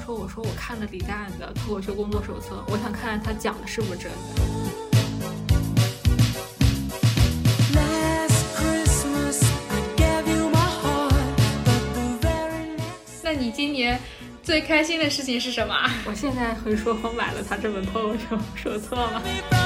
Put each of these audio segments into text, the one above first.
说我说我看了李诞的脱口秀工作手册，我想看看他讲的是不是真的。 那你今年最开心的事情是什么？ 我现在会说我买了他这本脱口秀手册吗？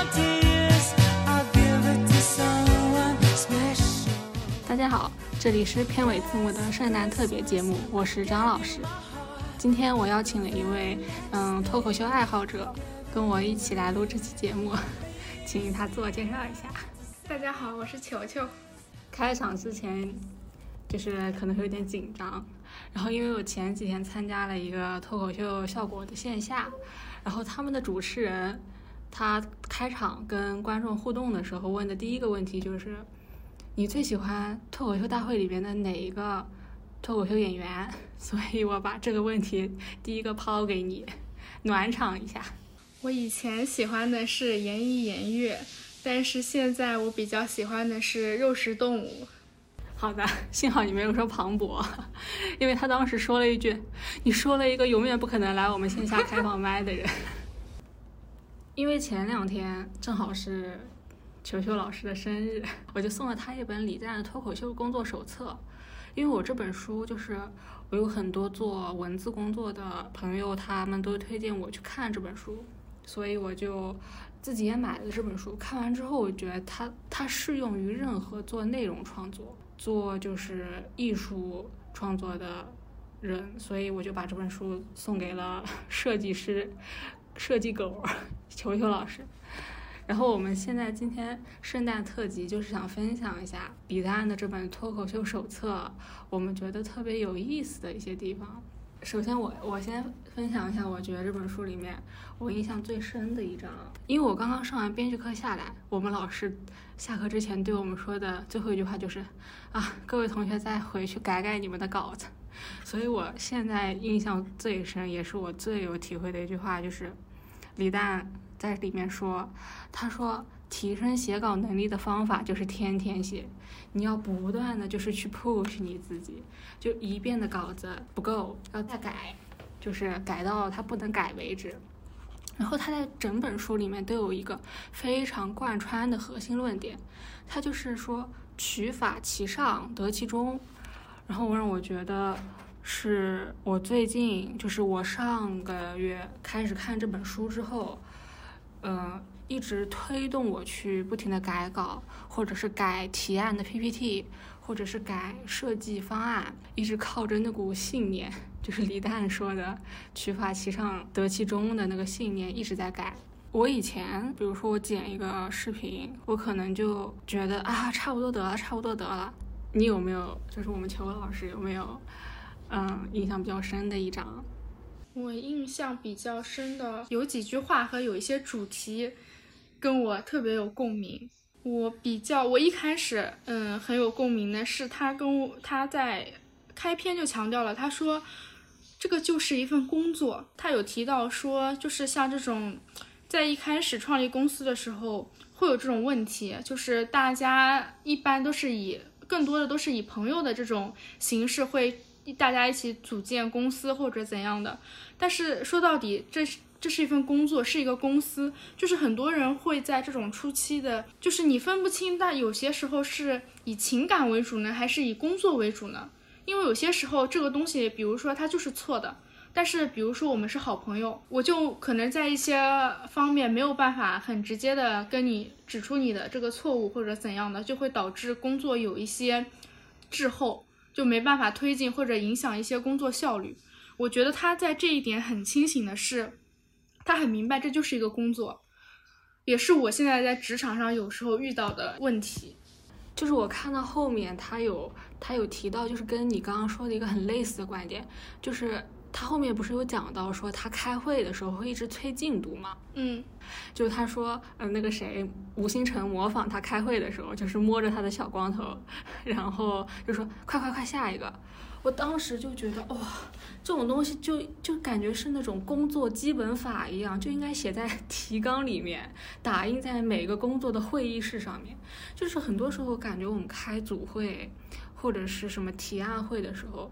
大家好，这里是片尾字幕的圣诞特别节目，我是张老师。今天我邀请了一位脱口秀爱好者跟我一起来录这期节目，请他自我介绍一下。 大家好，我是球球。 开场之前就是可能会有点紧张，然后因为我前几天参加了一个脱口秀效果的线下，然后他们的主持人他开场跟观众互动的时候问的第一个问题就是你最喜欢脱口秀大会里边的哪一个脱口秀演员，所以我把这个问题第一个抛给你暖场一下。 我以前喜欢的是严一严悦，但是现在我比较喜欢的是肉食动物。 好的，幸好你没有说庞博，因为他当时说了一句你说了一个永远不可能来我们线下开放麦的人。因为前2天正好是球球老师的生日，我就送了他一本李诞的脱口秀工作手册。因为我这本书就是我有很多做文字工作的朋友，他们都推荐我去看这本书，所以我就自己也买了这本书。看完之后我觉得它适用于任何做内容创作，做就是艺术创作的人，所以我就把这本书送给了设计师设计狗球球老师。然后我们今天圣诞特辑就是想分享一下李诞的这本脱口秀手册我们觉得特别有意思的一些地方。首先我先分享一下我觉得这本书里面我印象最深的一章，因为我刚刚上完编剧课下来，我们老师下课之前对我们说的最后一句话就是各位同学再回去改改你们的稿子。所以我现在印象最深也是我最有体会的一句话，就是李诞在里面说，他说提升写稿能力的方法就是天天写，你要不断的就是去 push 你自己，就一遍的稿子不够要再改，就是改到它不能改为止。然后他在整本书里面都有一个非常贯穿的核心论点，他就是说取法其上得其中。然后让我觉得是我最近就是我上个月开始看这本书之后一直推动我去不停的改稿，或者是改提案的 PPT， 或者是改设计方案，一直靠着那股信念，就是李诞说的取法其上得其中的那个信念一直在改。我以前比如说我剪一个视频，我可能就觉得差不多得了。你有没有就是我们球老师有没有印象比较深的一章？ 我印象比较深的有几句话和有一些主题跟我特别有共鸣。我一开始很有共鸣的是他在开篇就强调了，他说这个就是一份工作。他有提到说就是像这种在一开始创立公司的时候会有这种问题，就是大家一般都是更多的都是以朋友的这种形式会大家一起组建公司或者怎样的，但是说到底这是一份工作，是一个公司，就是很多人会在这种初期的就是你分不清，但有些时候是以情感为主呢还是以工作为主呢？因为有些时候这个东西比如说它就是错的，但是比如说我们是好朋友，我就可能在一些方面没有办法很直接的跟你指出你的这个错误或者怎样的，就会导致工作有一些滞后，就没办法推进或者影响一些工作效率。我觉得他在这一点很清醒的是，他很明白这就是一个工作，也是我现在在职场上有时候遇到的问题。 就是我看到后面他有提到，就是跟你刚刚说的一个很类似的观点，就是他后面不是有讲到说他开会的时候会一直催进度吗？就他说那个谁吴星辰模仿他开会的时候，就是摸着他的小光头，然后就说快下一个。我当时就觉得这种东西就感觉是那种工作基本法一样，就应该写在提纲里面，打印在每个工作的会议室上面。就是很多时候感觉我们开组会或者是什么提案会的时候，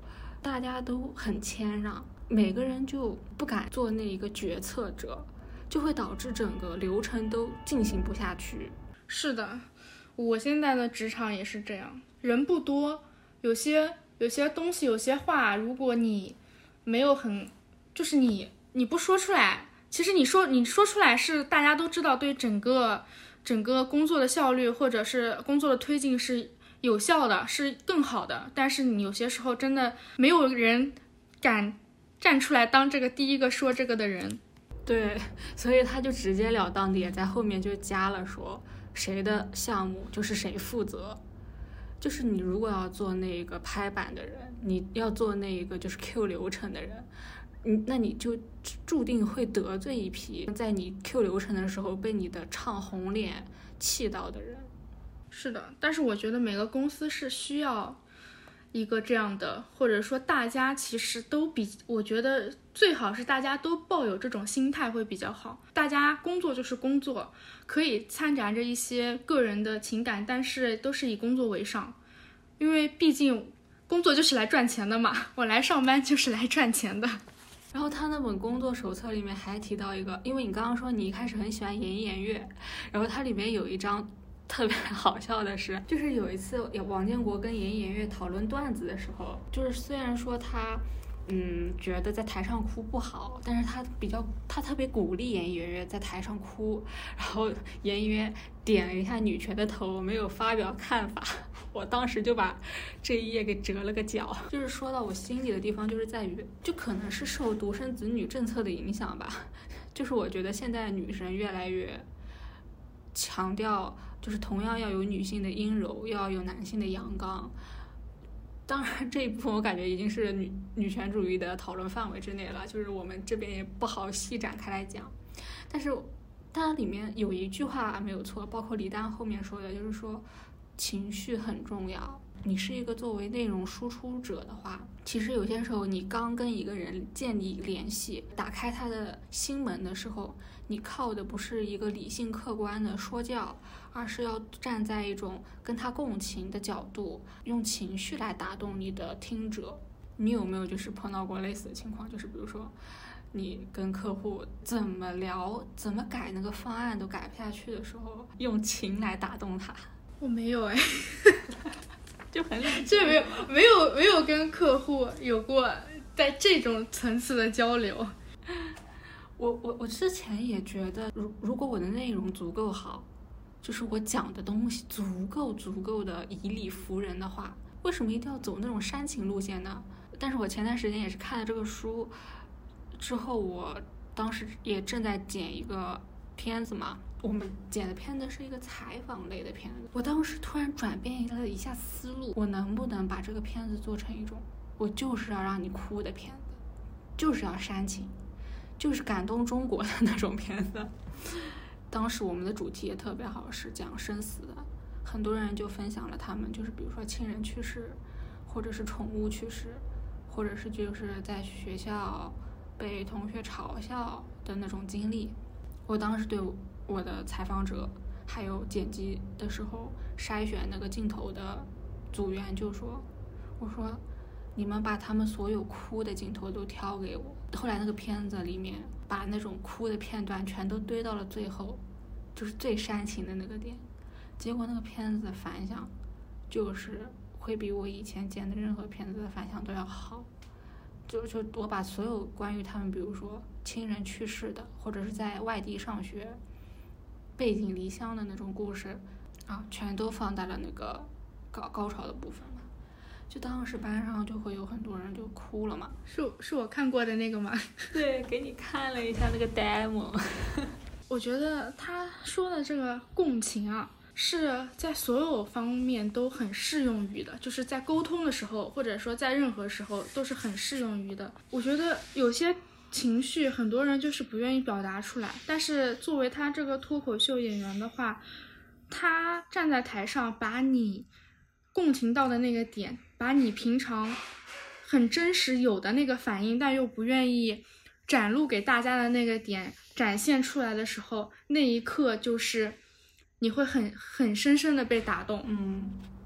大家都很谦让，每个人就不敢做那一个决策者，就会导致整个流程都进行不下去。 是的，我现在的职场也是这样，人不多，有些东西有些话，如果你没有就是你不说出来，其实你说出来是大家都知道，对整个工作的效率或者是工作的推进是有效的，是更好的，但是你有些时候真的没有人敢站出来当这个第一个说这个的人。 对，所以他就直截了当的也在后面就加了说谁的项目就是谁负责，就是你如果要做那个拍板的人，你要做那个就是 Q 流程的人，那你就注定会得罪一批在你 Q 流程的时候被你的唱红脸气到的人。 是的，但是我觉得每个公司是需要一个这样的，或者说大家其实都我觉得最好是大家都抱有这种心态会比较好。大家工作就是工作，可以掺杂着一些个人的情感，但是都是以工作为上，因为毕竟工作就是来赚钱的嘛，我来上班就是来赚钱的。 然后他那本工作手册里面还提到一个，因为你刚刚说你一开始很喜欢言言悦，然后它里面有一章特别好笑的是，就是有一次王建国跟言言悦讨论段子的时候，就是虽然说他觉得在台上哭不好，但是他特别鼓励言言悦在台上哭，然后言言悦点了一下女权的头，没有发表看法。我当时就把这一页给折了个角。就是说到我心里的地方，就是在于就可能是受独生子女政策的影响吧，就是我觉得现在女生越来越强调就是同样要有女性的阴柔，要有男性的阳刚。当然这一部分我感觉已经是女权主义的讨论范围之内了，就是我们这边也不好细展开来讲。但是它里面有一句话没有错，包括李诞后面说的，就是说情绪很重要。你是一个作为内容输出者的话，其实有些时候你刚跟一个人建立联系，打开他的心门的时候，你靠的不是一个理性客观的说教，而是要站在一种跟他共情的角度，用情绪来打动你的听者。你有没有就是碰到过类似的情况，就是比如说你跟客户怎么聊怎么改那个方案都改不下去的时候，用情来打动他？ 我没有哎就很冷静， 这没有跟客户有过在这种层次的交流。 我之前也觉得，如果我的内容足够好，就是我讲的东西足够的以理服人的话，为什么一定要走那种煽情路线呢？但是我前段时间也是看了这个书之后，我当时也正在剪一个片子嘛，我们剪的片子是一个采访类的片子，我当时突然转变了一下思路，我能不能把这个片子做成一种我就是要让你哭的片子，就是要煽情，就是感动中国的那种片子。当时我们的主题也特别好，是讲生死的，很多人就分享了他们就是比如说亲人去世，或者是宠物去世，或者是就是在学校被同学嘲笑的那种经历。我当时对我的采访者还有剪辑的时候筛选那个镜头的组员就说，我说你们把他们所有哭的镜头都挑给我。后来那个片子里面把那种哭的片段全都堆到了最后，就是最煽情的那个点，结果那个片子的反响就是会比我以前剪的任何片子的反响都要好。就我把所有关于他们比如说亲人去世的，或者是在外地上学背井离乡的那种故事啊，全都放在了那个高潮的部分嘛。就当时班上就会有很多人就哭了嘛。 是我看过的那个吗？ 对，给你看了一下那个 demo。 我觉得他说的这个共情啊，是在所有方面都很适用于的，就是在沟通的时候，或者说在任何时候都是很适用于的。我觉得有些情绪很多人就是不愿意表达出来，但是作为他这个脱口秀演员的话，他站在台上把你共情到的那个点，把你平常很真实有的那个反应但又不愿意展露给大家的那个点展现出来的时候，那一刻就是你会很深深的被打动。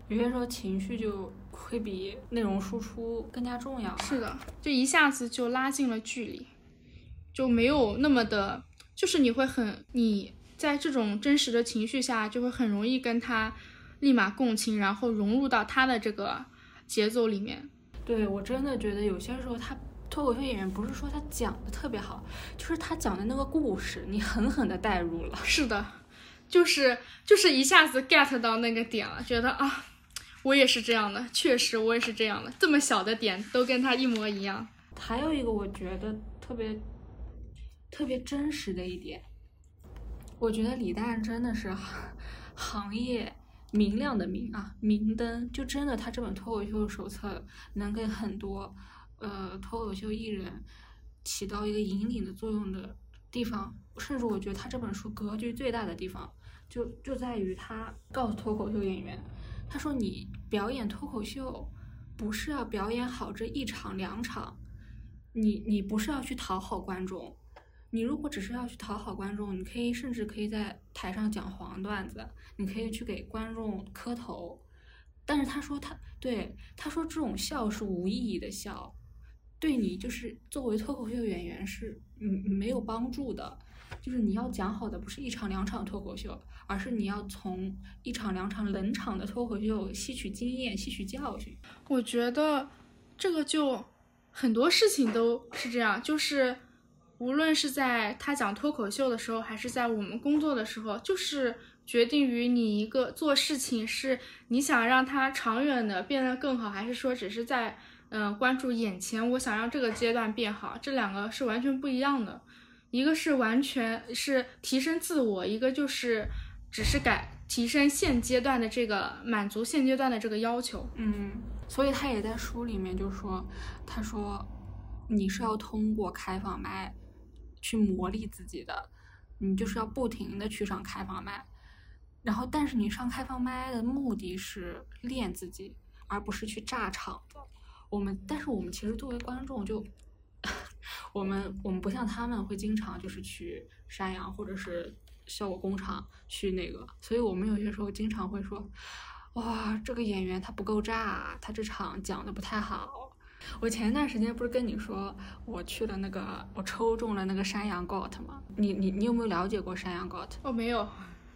有些时候情绪就会比内容输出更加重要。 是的，就一下子就拉近了距离，就没有那么的，就是你在这种真实的情绪下，就会很容易跟他立马共情，然后融入到他的这个节奏里面。 对，我真的觉得有些时候他脱口秀演员不是说他讲的特别好，就是他讲的那个故事，你狠狠的带入了。 是的，就是一下子 get 到那个点了，觉得啊，我也是这样的，确实我也是这样的，这么小的点都跟他一模一样。 还有一个我觉得特别真实的一点，我觉得李诞真的是行业明亮的明啊，明灯，就真的他这本脱口秀手册能给很多脱口秀艺人起到一个引领的作用的地方，甚至我觉得他这本书格局最大的地方就在于他告诉脱口秀演员，他说你表演脱口秀不是要表演好这一场两场，你不是要去讨好观众，你如果只是要去讨好观众，你甚至可以在台上讲黄段子，你可以去给观众磕头，但是他说这种笑是无意义的笑，对你就是作为脱口秀演员是没有帮助的。就是你要讲好的不是一场两场脱口秀，而是你要从一场两场冷场的脱口秀吸取经验，吸取教训。 我觉得这个就很多事情都是这样，就是无论是在他讲脱口秀的时候，还是在我们工作的时候，就是决定于你一个做事情是你想让它长远的变得更好，还是说只是在关注眼前，我想让这个阶段变好，这两个是完全不一样的。一个是完全是提升自我，一个就是只是提升现阶段的这个满足现阶段的这个要求。 所以他也在书里面就说，他说你是要通过开放麦去磨砺自己的，你就是要不停的去上开放麦，然后但是你上开放麦的目的是练自己，而不是去炸场的。但是我们其实作为观众就我们不像他们会经常就是去山羊或者是效果工厂去那个，所以我们有些时候经常会说，哇，这个演员他不够炸，他这场讲的不太好。我前段时间不是跟你说我去了那个，我抽中了那个山羊 got 吗？你有没有了解过山羊 got？ 哦，没有。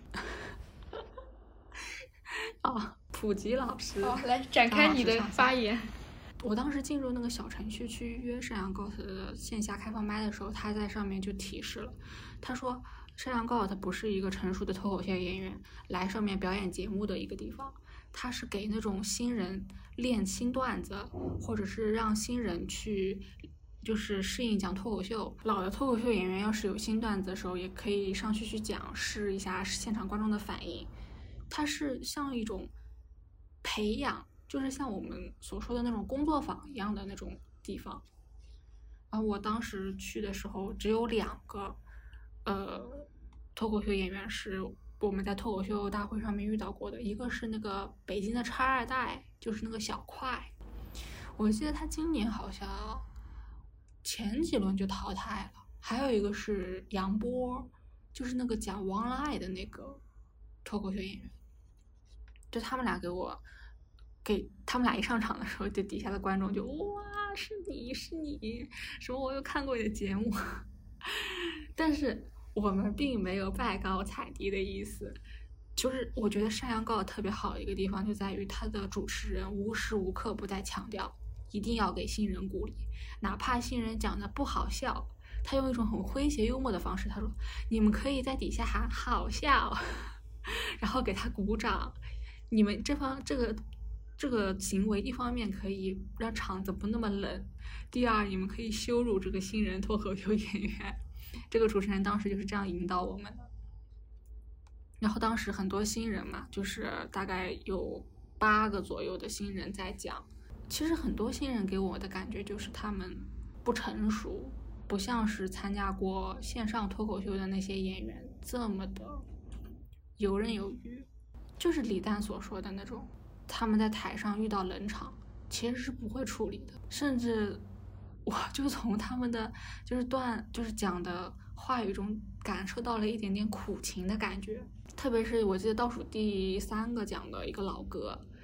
普吉老师， 来展开你的发言。 我当时进入那个小程序去约山羊 got 的线下开放麦的时候，他在上面就提示了，他说山羊 got 不是一个成熟的脱口秀演员来上面表演节目的一个地方，他是给那种新人练新段子，或者是让新人去就是适应讲脱口秀。老的脱口秀演员要是有新段子的时候，也可以上去讲，试一下现场观众的反应。它是像一种培养，就是像我们所说的那种工作坊一样的那种地方。然后我当时去的时候，只有2个脱口秀演员是我们在脱口秀大会上面遇到过的，一个是那个北京的叉2代，就是那个小快，我记得他今年好像前几轮就淘汰了。还有一个是杨波，就是那个讲王老爱的那个脱口秀演员。就他们俩他们俩一上场的时候，就底下的观众就哇，是你什么我有看过你的节目。但是我们并没有拜高踩低的意思，就是我觉得山羊告特别好的一个地方就在于他的主持人无时无刻不在强调一定要给新人鼓励，哪怕新人讲的不好笑，他用一种很诙谐幽默的方式，他说你们可以在底下喊好笑，然后给他鼓掌。你们这个行为，一方面可以让场子不那么冷，第二你们可以羞辱这个新人脱口秀演员。这个主持人当时就是这样引导我们的。然后当时很多新人嘛，就是大概有8个左右的新人在讲。其实很多新人给我的感觉就是他们不成熟，不像是参加过线上脱口秀的那些演员这么的游刃有余。就是李诞所说的那种，他们在台上遇到冷场其实是不会处理的，甚至我就从他们的就是讲的话语中感受到了一点点苦情的感觉。特别是我记得倒数第3个讲的一个老哥，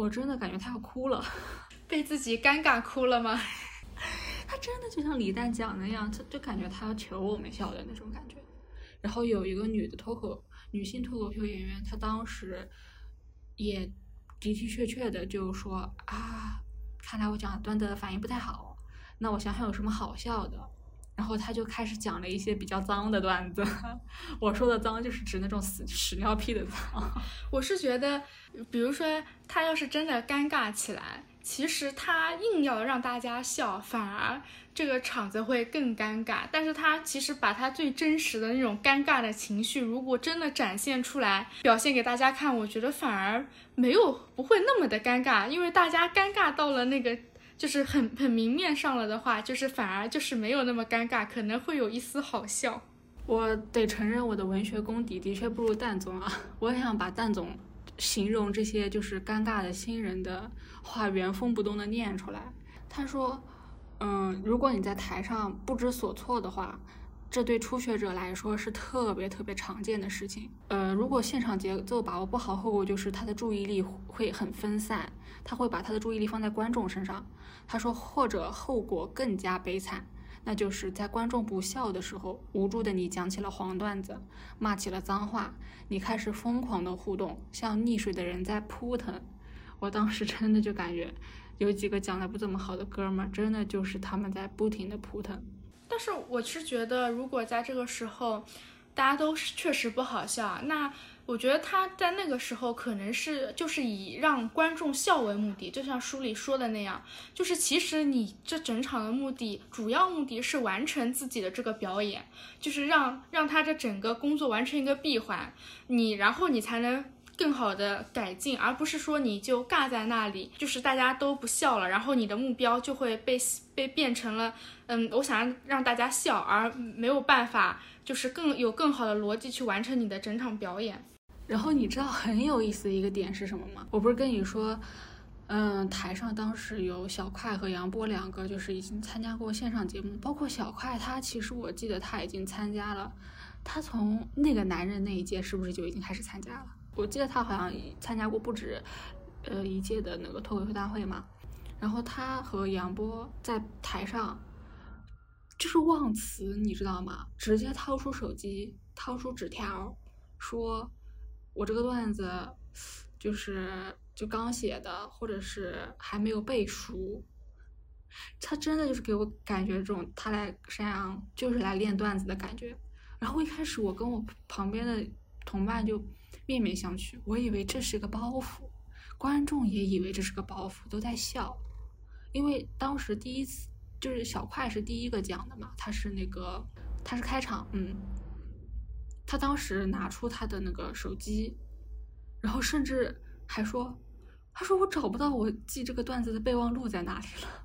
我真的感觉他要哭了， 被自己尴尬哭了吗？ 他真的就像李诞讲的那样，就感觉他要求我们笑的那种感觉。然后有一个女性脱口秀演员，她当时也的的确确的就说啊，看来我讲的段子反应不太好，那我想想有什么好笑的。然后他就开始讲了一些比较脏的段子，我说的脏就是指那种屎尿屁的脏。 我是觉得，比如说他要是真的尴尬起来，其实他硬要让大家笑，反而这个场子会更尴尬。但是他其实把他最真实的那种尴尬的情绪，如果真的展现出来，表现给大家看，我觉得反而不会那么的尴尬，因为大家尴尬到了那个。就是很明面上了的话，就是反而就是没有那么尴尬，可能会有一丝好笑。 我得承认我的文学功底的确不如蛋总啊，我也想把蛋总形容这些就是尴尬的新人的话原封不动的念出来。他说如果你在台上不知所措的话，这对初学者来说是特别特别常见的事情。如果现场节奏把握不好，后果就是他的注意力会很分散，他会把他的注意力放在观众身上。他说，或者后果更加悲惨，那就是在观众不笑的时候，无助的你讲起了黄段子，骂起了脏话，你开始疯狂的互动，像溺水的人在扑腾。我当时真的就感觉有几个讲的不怎么好的哥们儿，真的就是他们在不停的扑腾。 但是我是觉得，如果在这个时候大家都确实不好笑，那我觉得他在那个时候可能就是以让观众笑为目的，就像书里说的那样，就是其实你这整场的主要目的是完成自己的这个表演，就是让他这整个工作完成一个闭环，然后你才能更好的改进，而不是说你就尬在那里，就是大家都不笑了，然后你的目标就会被变成了我想让大家笑，而没有办法就是更好的逻辑去完成你的整场表演。 然后你知道很有意思的一个点是什么吗？我不是跟你说台上当时有小快和杨波两个就是已经参加过线上节目，包括小快他其实我记得他已经参加了，他从那个男人那一届是不是就已经开始参加了？我记得他好像参加过不止一届的那个脱口秀大会嘛。然后他和杨波在台上就是忘词，你知道吗？直接掏出手机，掏出纸条，说我这个段子就刚写的，或者是还没有背熟。他真的就是给我感觉这种他来沈阳就是来练段子的感觉。然后一开始我跟我旁边的同伴就面面相觑，我以为这是个包袱，观众也以为这是个包袱，都在笑。因为当时第一次就是小快是第一个讲的嘛，他是开场，他当时拿出他的那个手机，然后甚至还说，他说我找不到我记这个段子的备忘录在哪里了。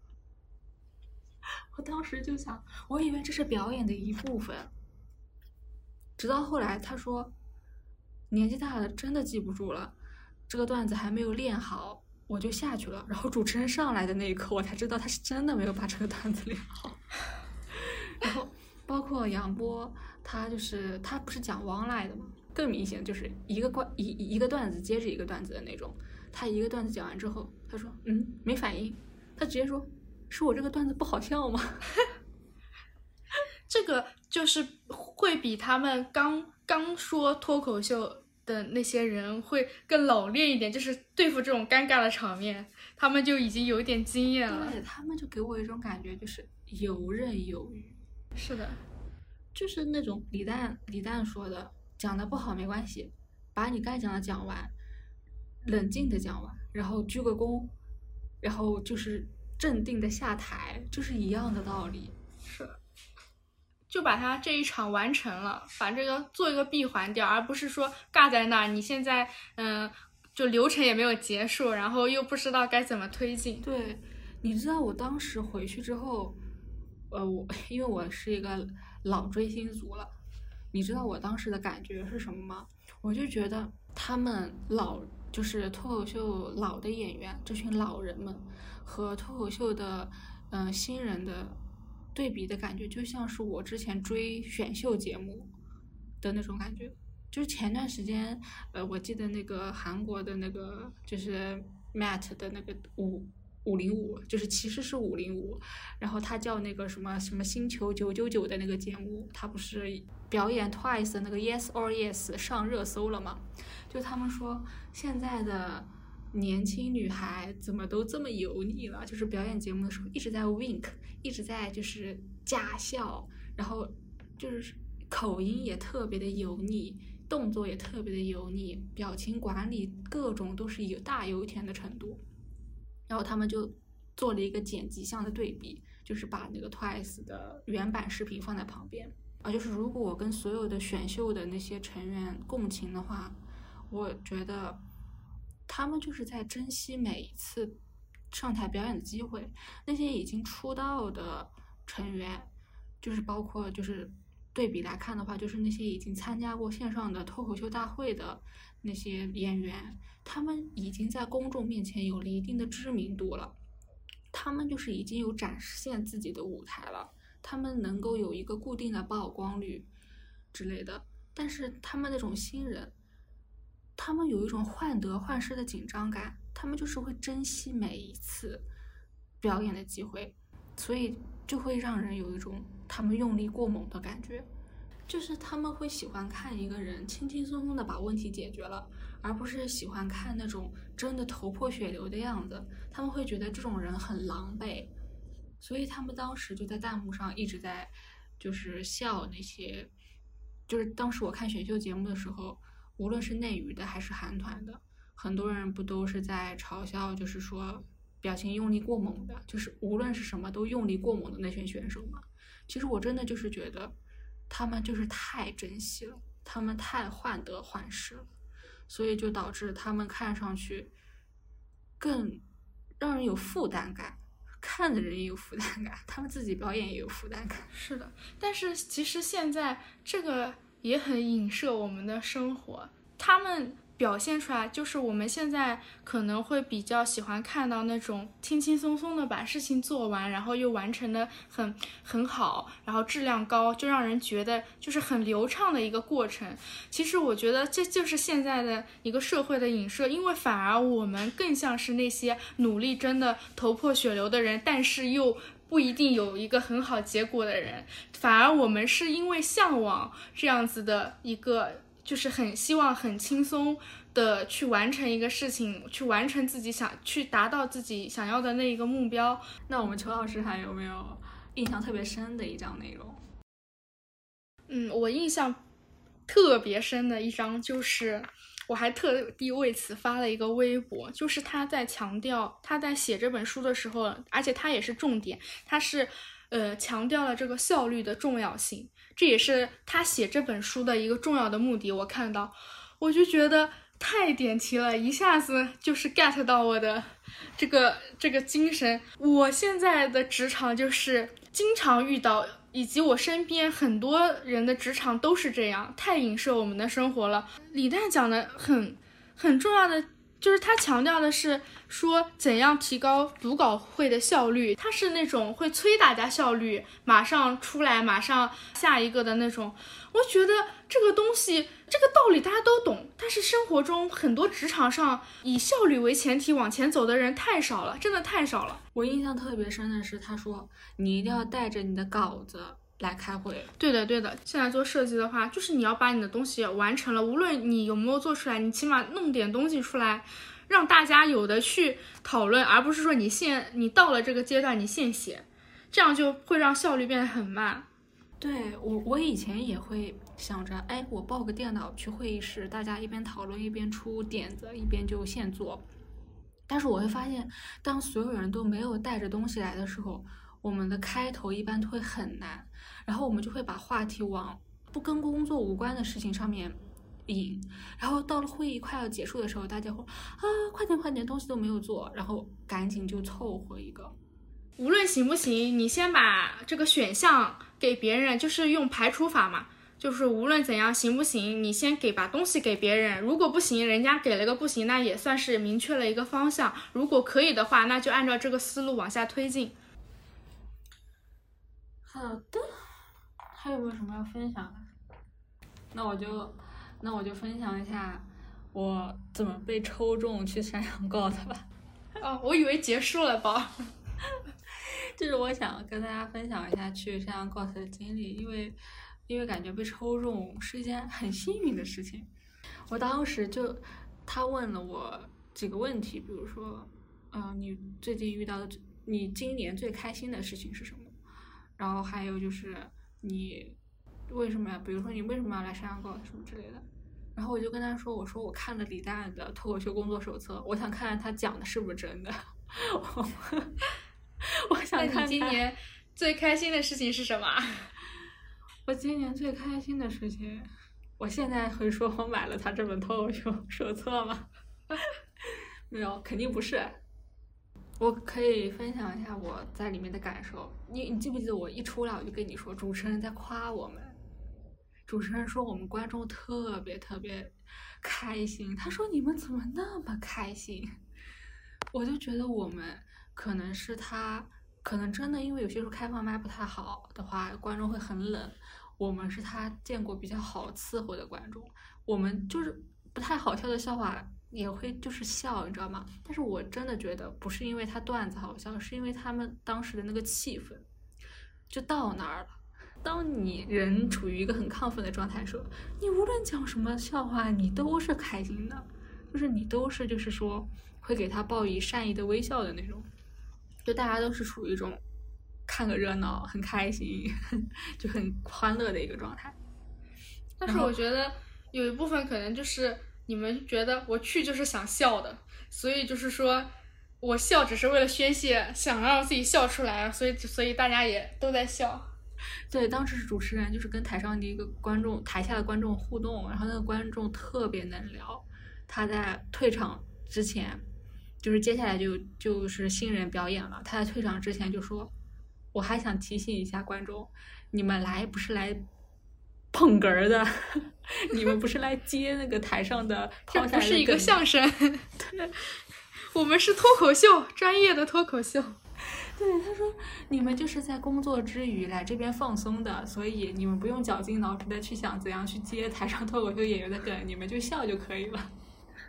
我当时就想，我以为这是表演的一部分，直到后来他说年纪大了真的记不住了，这个段子还没有练好，我就下去了。然后主持人上来的那一刻，我才知道他是真的没有把这个段子练好。然后包括杨波，他不是讲 one line 的吗？更明显就是一个段子接着一个段子的那种。他一个段子讲完之后，他说没反应，他直接说是我这个段子不好笑吗？ 这个就是会比他们刚说脱口秀的那些人会更老练一点，就是对付这种尴尬的场面，他们就已经有一点经验了。 对，他们就给我一种感觉，就是游刃有余。 是的， 就是那种李诞说的，讲的不好没关系，把你该讲的讲完，冷静的讲完，然后鞠个躬，然后就是镇定的下台，就是一样的道理。 是的，就把他这一场完成了，把这个做一个闭环掉，而不是说尬在那儿，你现在就流程也没有结束，然后又不知道该怎么推进。 对，你知道我当时回去之后，因为我是一个老追星族了，你知道我当时的感觉是什么吗？我就觉得他们就是脱口秀老的演员，这群老人们和脱口秀的新人的对比的感觉，就像是我之前追选秀节目的那种感觉。就是前段时间我记得那个韩国的那个就是 Matt 的那个505，就是其实是505，然后他叫那个什么什么星球999的那个节目，他不是表演 Twice 的那个 Yes or Yes 上热搜了吗？就他们说现在的年轻女孩怎么都这么油腻了，就是表演节目的时候一直在 wink， 一直在就是假笑，然后就是口音也特别的油腻，动作也特别的油腻，表情管理各种都是有大油甜的程度。然后他们就做了一个剪辑项的对比，就是把那个 Twice 的原版视频放在旁边就是如果我跟所有的选秀的那些成员共情的话，我觉得他们就是在珍惜每一次上台表演的机会。那些已经出道的成员，就是包括就是对比来看的话，就是那些已经参加过线上的脱口秀大会的那些演员，他们已经在公众面前有了一定的知名度了，他们就是已经有展现自己的舞台了，他们能够有一个固定的曝光率之类的。但是他们那种新人，他们有一种患得患失的紧张感，他们就是会珍惜每一次表演的机会，所以就会让人有一种他们用力过猛的感觉，就是他们会喜欢看一个人轻轻松松的把问题解决了，而不是喜欢看那种真的头破血流的样子，他们会觉得这种人很狼狈，所以他们当时就在弹幕上一直在就是笑那些，就是当时我看选秀节目的时候，无论是内娱的还是韩团的，很多人不都是在嘲笑，就是说表情用力过猛的，就是无论是什么都用力过猛的那群选手嘛。其实我真的就是觉得他们就是太珍惜了，他们太患得患失了，所以就导致他们看上去更让人有负担感，看的人也有负担感，他们自己表演也有负担感。 是的，但是其实现在这个也很影射我们的生活，他们表现出来就是我们现在可能会比较喜欢看到那种轻轻松松的把事情做完，然后又完成的很好，然后质量高，就让人觉得就是很流畅的一个过程。其实我觉得这就是现在的一个社会的影射，因为反而我们更像是那些努力真的头破血流的人，但是又不一定有一个很好结果的人，反而我们是因为向往这样子的一个，就是很希望很轻松的去完成一个事情，去完成自己去达到自己想要的那一个目标。 那我们邱老师还有没有印象特别深的一张内容？ 我印象特别深的一张就是我还特地为此发了一个微博，就是他在强调他在写这本书的时候，而且他也是重点，他是强调了这个效率的重要性，这也是他写这本书的一个重要的目的。我看到我就觉得太点题了，一下子就是 get 到我的这个精神。我现在的职场就是经常遇到，以及我身边很多人的职场都是这样，太影射我们的生活了。李诞讲的很重要的就是他强调的是说怎样提高读稿会的效率，他是那种会催大家效率，马上出来马上下一个的那种。我觉得这个东西这个道理大家都懂，但是生活中很多职场上以效率为前提往前走的人太少了，真的太少了。 我印象特别深的是他说你一定要带着你的稿子来开会。 对的，现在做设计的话，就是你要把你的东西完成了，无论你有没有做出来，你起码弄点东西出来，让大家有的去讨论，而不是说你到了这个阶段你现写，这样就会让效率变得很慢。 对，我以前也会想着，我抱个电脑去会议室，大家一边讨论一边出点子，一边就现做。但是我会发现，当所有人都没有带着东西来的时候，我们的开头一般都会很难，然后我们就会把话题往不跟工作无关的事情上面引，然后到了会议快要结束的时候，大家会快点，东西都没有做，然后赶紧就凑合一个。 无论行不行，你先把这个选项给别人，就是用排除法嘛，就是无论怎样行不行，你先把东西给别人，如果不行，人家给了个不行，那也算是明确了一个方向，如果可以的话，那就按照这个思路往下推进。 好的，还有没有什么要分享的？那我就分享一下我怎么被抽中去山羊告的吧。 哦，我以为结束了吧。 就是我想跟大家分享一下去山羊 GOT 的经历，因为感觉被抽中是一件很幸运的事情。我当时就他问了我几个问题，比如说，你最近遇到的，你今年最开心的事情是什么？然后还有就是你为什么呀？比如说你为什么要来山羊 GOT 什么之类的。然后我就跟他说，我说我看了李诞的脱口秀工作手册，我想看看他讲的是不是真的。我想看看。 那你今年最开心的事情是什么？ 我今年最开心的事情，我现在会说我买了他这本脱口秀手册吗？没有，肯定不是。我可以分享一下我在里面的感受。你记不记得我一出来我就跟你说，主持人在夸我们，主持人说我们观众特别特别开心，他说你们怎么那么开心？我就觉得我们可能是可能真的因为有些时候开放麦不太好的话，观众会很冷。我们是他见过比较好伺候的观众，我们就是不太好笑的笑话也会就是笑，你知道吗？但是我真的觉得不是因为他段子好笑，是因为他们当时的那个气氛就到那儿了。当你人处于一个很亢奋的状态的时候，你无论讲什么笑话，你都是开心的，就是你都是就是说会给他报以善意的微笑的那种，就大家都是处于一种看个热闹很开心就很欢乐的一个状态。 但是我觉得有一部分可能就是你们觉得我去就是想笑的，所以就是说我笑只是为了宣泄，想让自己笑出来，所以大家也都在笑。 对，当时是主持人就是跟台上的一个观众，台下的观众互动，然后那个观众特别能聊。他在退场之前，就是接下来就是新人表演了，他在退场之前就说，我还想提醒一下观众，你们来不是来捧哏儿的，你们不是来接那个台上的抛下来的梗， 这不是一个相声，对，我们是脱口秀，专业的脱口秀。 对，他说你们就是在工作之余来这边放松的，所以你们不用绞尽脑汁的去想怎样去接台上脱口秀演员的梗，你们就笑就可以了。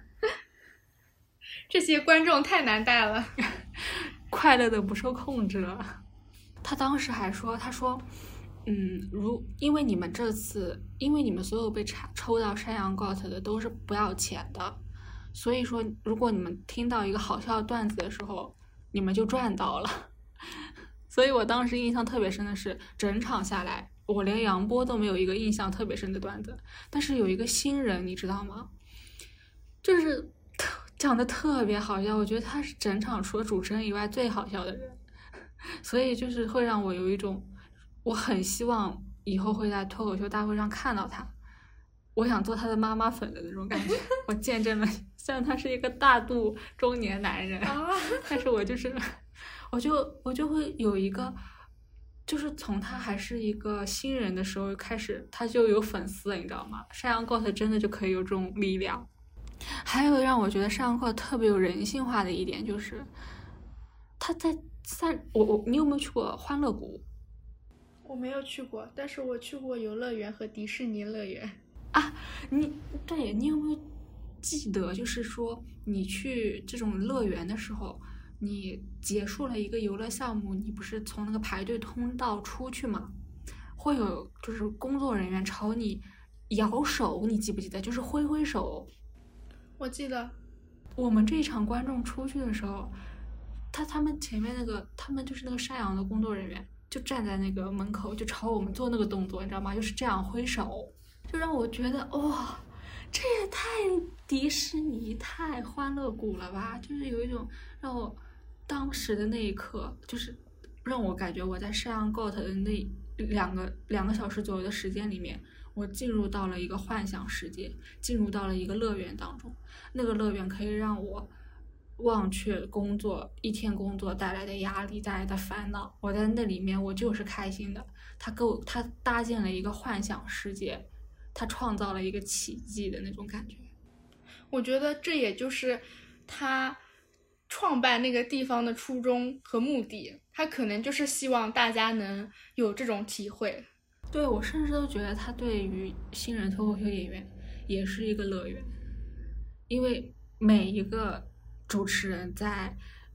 这些观众太难带了， 快乐的不受控制了。他当时还说，他说，因为你们这次，因为你们所有被抽到山羊 GOT 的都是不要钱的，所以说如果你们听到一个好笑的段子的时候，你们就赚到了。所以我当时印象特别深的是，整场下来，我连杨波都没有一个印象特别深的段子，但是有一个新人，你知道吗？就是讲的特别好笑，我觉得他是整场除了主持人以外最好笑的人，所以就是会让我有一种，我很希望以后会在脱口秀大会上看到他，我想做他的妈妈粉的那种感觉。我见证了，虽然他是一个大度中年男人，但是我就会有一个，就是从他还是一个新人的时候开始，他就有粉丝了，你知道吗？山羊 GOT 真的就可以有这种力量。还有让我觉得山羊 GOT 特别有人性化的一点就是，他在你有没有去过欢乐谷？ 我没有去过，但是我去过游乐园和迪士尼乐园啊。你有没有记得，就是说你去这种乐园的时候，你结束了一个游乐项目，你不是从那个排队通道出去吗？会有就是工作人员朝你摇手，你记不记得？就是挥挥手。 我记得。 我们这一场观众出去的时候，他们前面他们就是那个山羊的工作人员，就站在那个门口，就朝我们做那个动作，你知道吗？就是这样挥手，就让我觉得哇，这也太迪士尼、太欢乐谷了吧！就是有一种让我当时的那一刻，就是让我感觉我在山羊 GOT 的那两个小时左右的时间里面，我进入到了一个幻想世界，进入到了一个乐园当中。那个乐园可以让我忘却工作一天工作带来的压力带来的烦恼，我在那里面我就是开心的。他搭建了一个幻想世界，他创造了一个奇迹的那种感觉。 我觉得这也就是他创办那个地方的初衷和目的，他可能就是希望大家能有这种体会。 对，我甚至都觉得他对于新人脱口秀演员也是一个乐园，因为每一个主持人在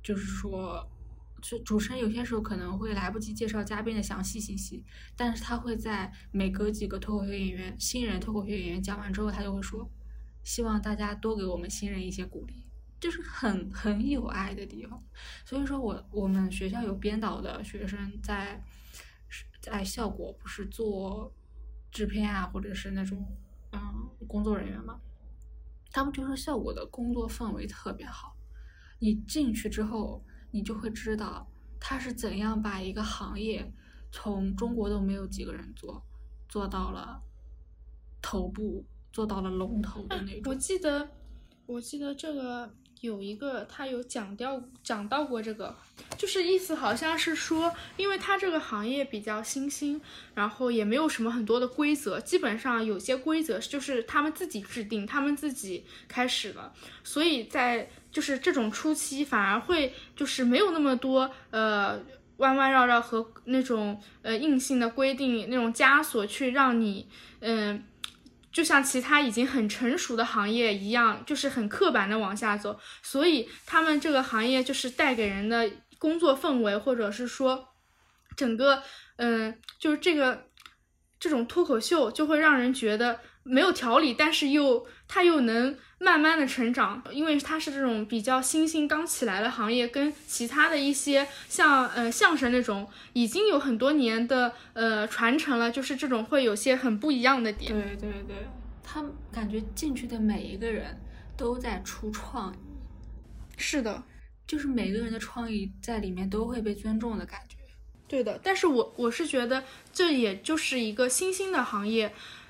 就是说，主持人有些时候可能会来不及介绍嘉宾的详细信息，但是他会在每隔几个脱口秀演员、新人脱口秀演员讲完之后，他就会说，希望大家多给我们新人一些鼓励，就是很有爱的地方。所以说我们学校有编导的学生在效果不是做制片啊，或者是那种工作人员嘛，他们就说效果的工作氛围特别好。你进去之后，你就会知道他是怎样把一个行业从中国都没有几个人做到了头部，做到了龙头的那种。 我记得这个有一个他有讲到过这个，就是意思好像是说，因为他这个行业比较新兴，然后也没有什么很多的规则，基本上有些规则就是他们自己制定，他们自己开始了，所以在就是这种初期反而会就是没有那么多弯弯绕绕和那种硬性的规定那种枷锁去让你就像其他已经很成熟的行业一样，就是很刻板的往下走，所以他们这个行业就是带给人的工作氛围，或者是说整个就是这种脱口秀就会让人觉得没有条理，但是它又能慢慢的成长，因为它是这种比较新兴刚起来的行业，跟其他的一些像相声那种已经有很多年的传承了，就是这种会有些很不一样的点。 对对对，他们感觉进去的每一个人都在出创意。 是的， 就是每个人的创意在里面都会被尊重的感觉。 对的，但是我是觉得这也就是一个新兴的行业，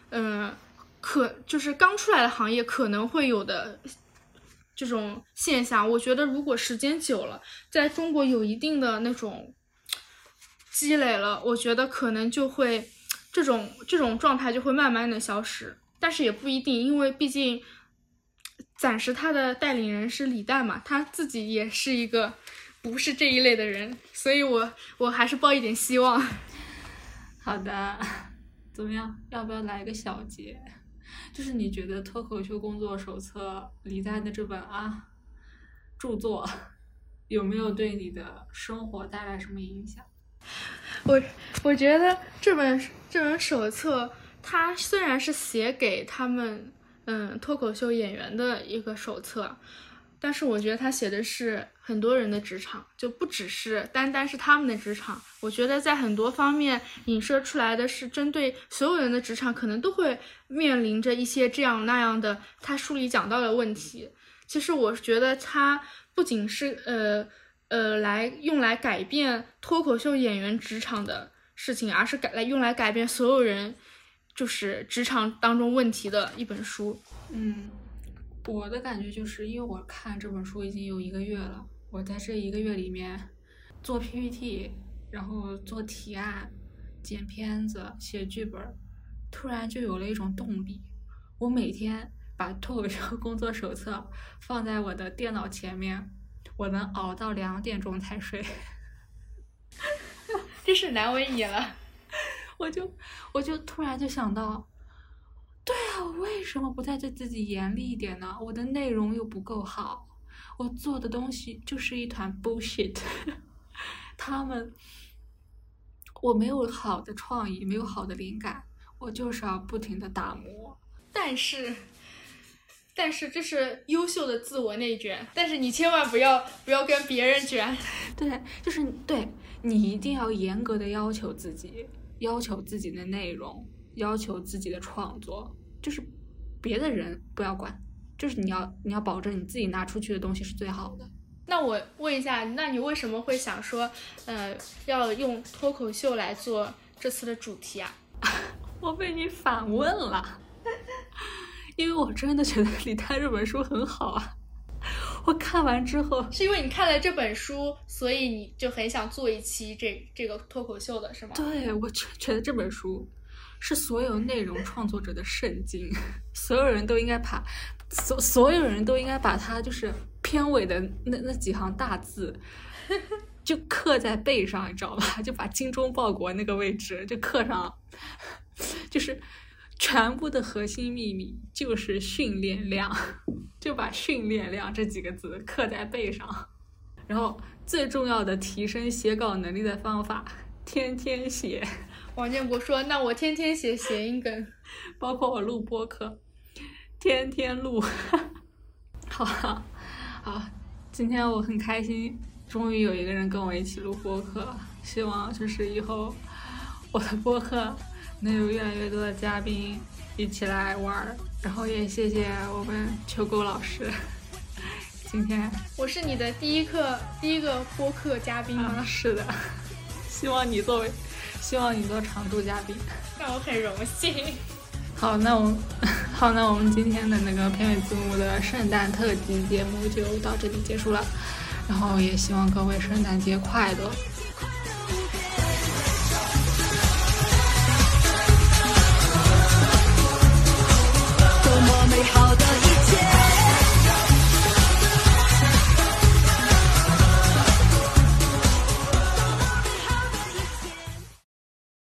就是刚出来的行业可能会有的这种现象。我觉得如果时间久了，在中国有一定的那种积累了，我觉得可能就会这种状态就会慢慢的消失，但是也不一定，因为毕竟暂时他的带领人是李诞嘛，他自己也是一个不是这一类的人，所以我还是抱一点希望。 好的，怎么样？要不要来一个小结？就是你觉得脱口秀工作手册李诞的这本著作有没有对你的生活带来什么影响？ 我觉得这本手册，它虽然是写给他们脱口秀演员的一个手册，但是我觉得他写的是很多人的职场，就不只是单单是他们的职场。我觉得在很多方面影射出来的是针对所有人的职场，可能都会面临着一些这样那样的他书里讲到的问题。其实我觉得他不仅是用来改变脱口秀演员职场的事情，而是用来改变所有人就是职场当中问题的一本书。 我的感觉就是因为我看这本书已经有1个月了，我在这1个月里面做 PPT， 然后做提案、剪片子、写剧本，突然就有了一种动力。我每天把脱口秀工作手册放在我的电脑前面，我能熬到2点钟才睡。 真是难为你了。 我就突然就想到，对啊，我为什么不再对自己严厉一点呢？我的内容又不够好，我做的东西就是一团 bullshit。我没有好的创意，没有好的灵感，我就是要不停的打磨。 但是这是优秀的自我内卷，但是你千万不要跟别人卷。 对，就是对，你一定要严格的要求自己，要求自己的内容，要求自己的创作，就是别的人不要管，就是你要保证你自己拿出去的东西是最好的。 那我问一下，那你为什么会想说要用脱口秀来做这次的主题啊？ 我被你反问了。因为我真的觉得李诞这本书很好啊，我看完之后， 是因为你看了这本书，所以你就很想做一期这个脱口秀的是吗？ 对，我觉得这本书是所有内容创作者的圣经，所有人都应该把它就是片尾的那几行大字就刻在背上，你知道吧？就把精忠报国那个位置就刻上，就是全部的核心秘密就是训练量，就把训练量这几个字刻在背上。 然后最重要的提升写稿能力的方法，天天写。 王建国说：“那我天天写谐音梗， 包括我录播客，天天录。”好，今天我很开心，终于有一个人跟我一起录播客。希望就是以后我的播客能有越来越多的嘉宾一起来玩，然后也谢谢我们秋狗老师。今天我是你的第一个播客嘉宾吗？ 是的，希望你做常驻嘉宾， 让我很荣幸。 好，那我们今天的那个片尾字幕的圣诞特辑节目就到这里结束了，然后也希望各位圣诞节快乐。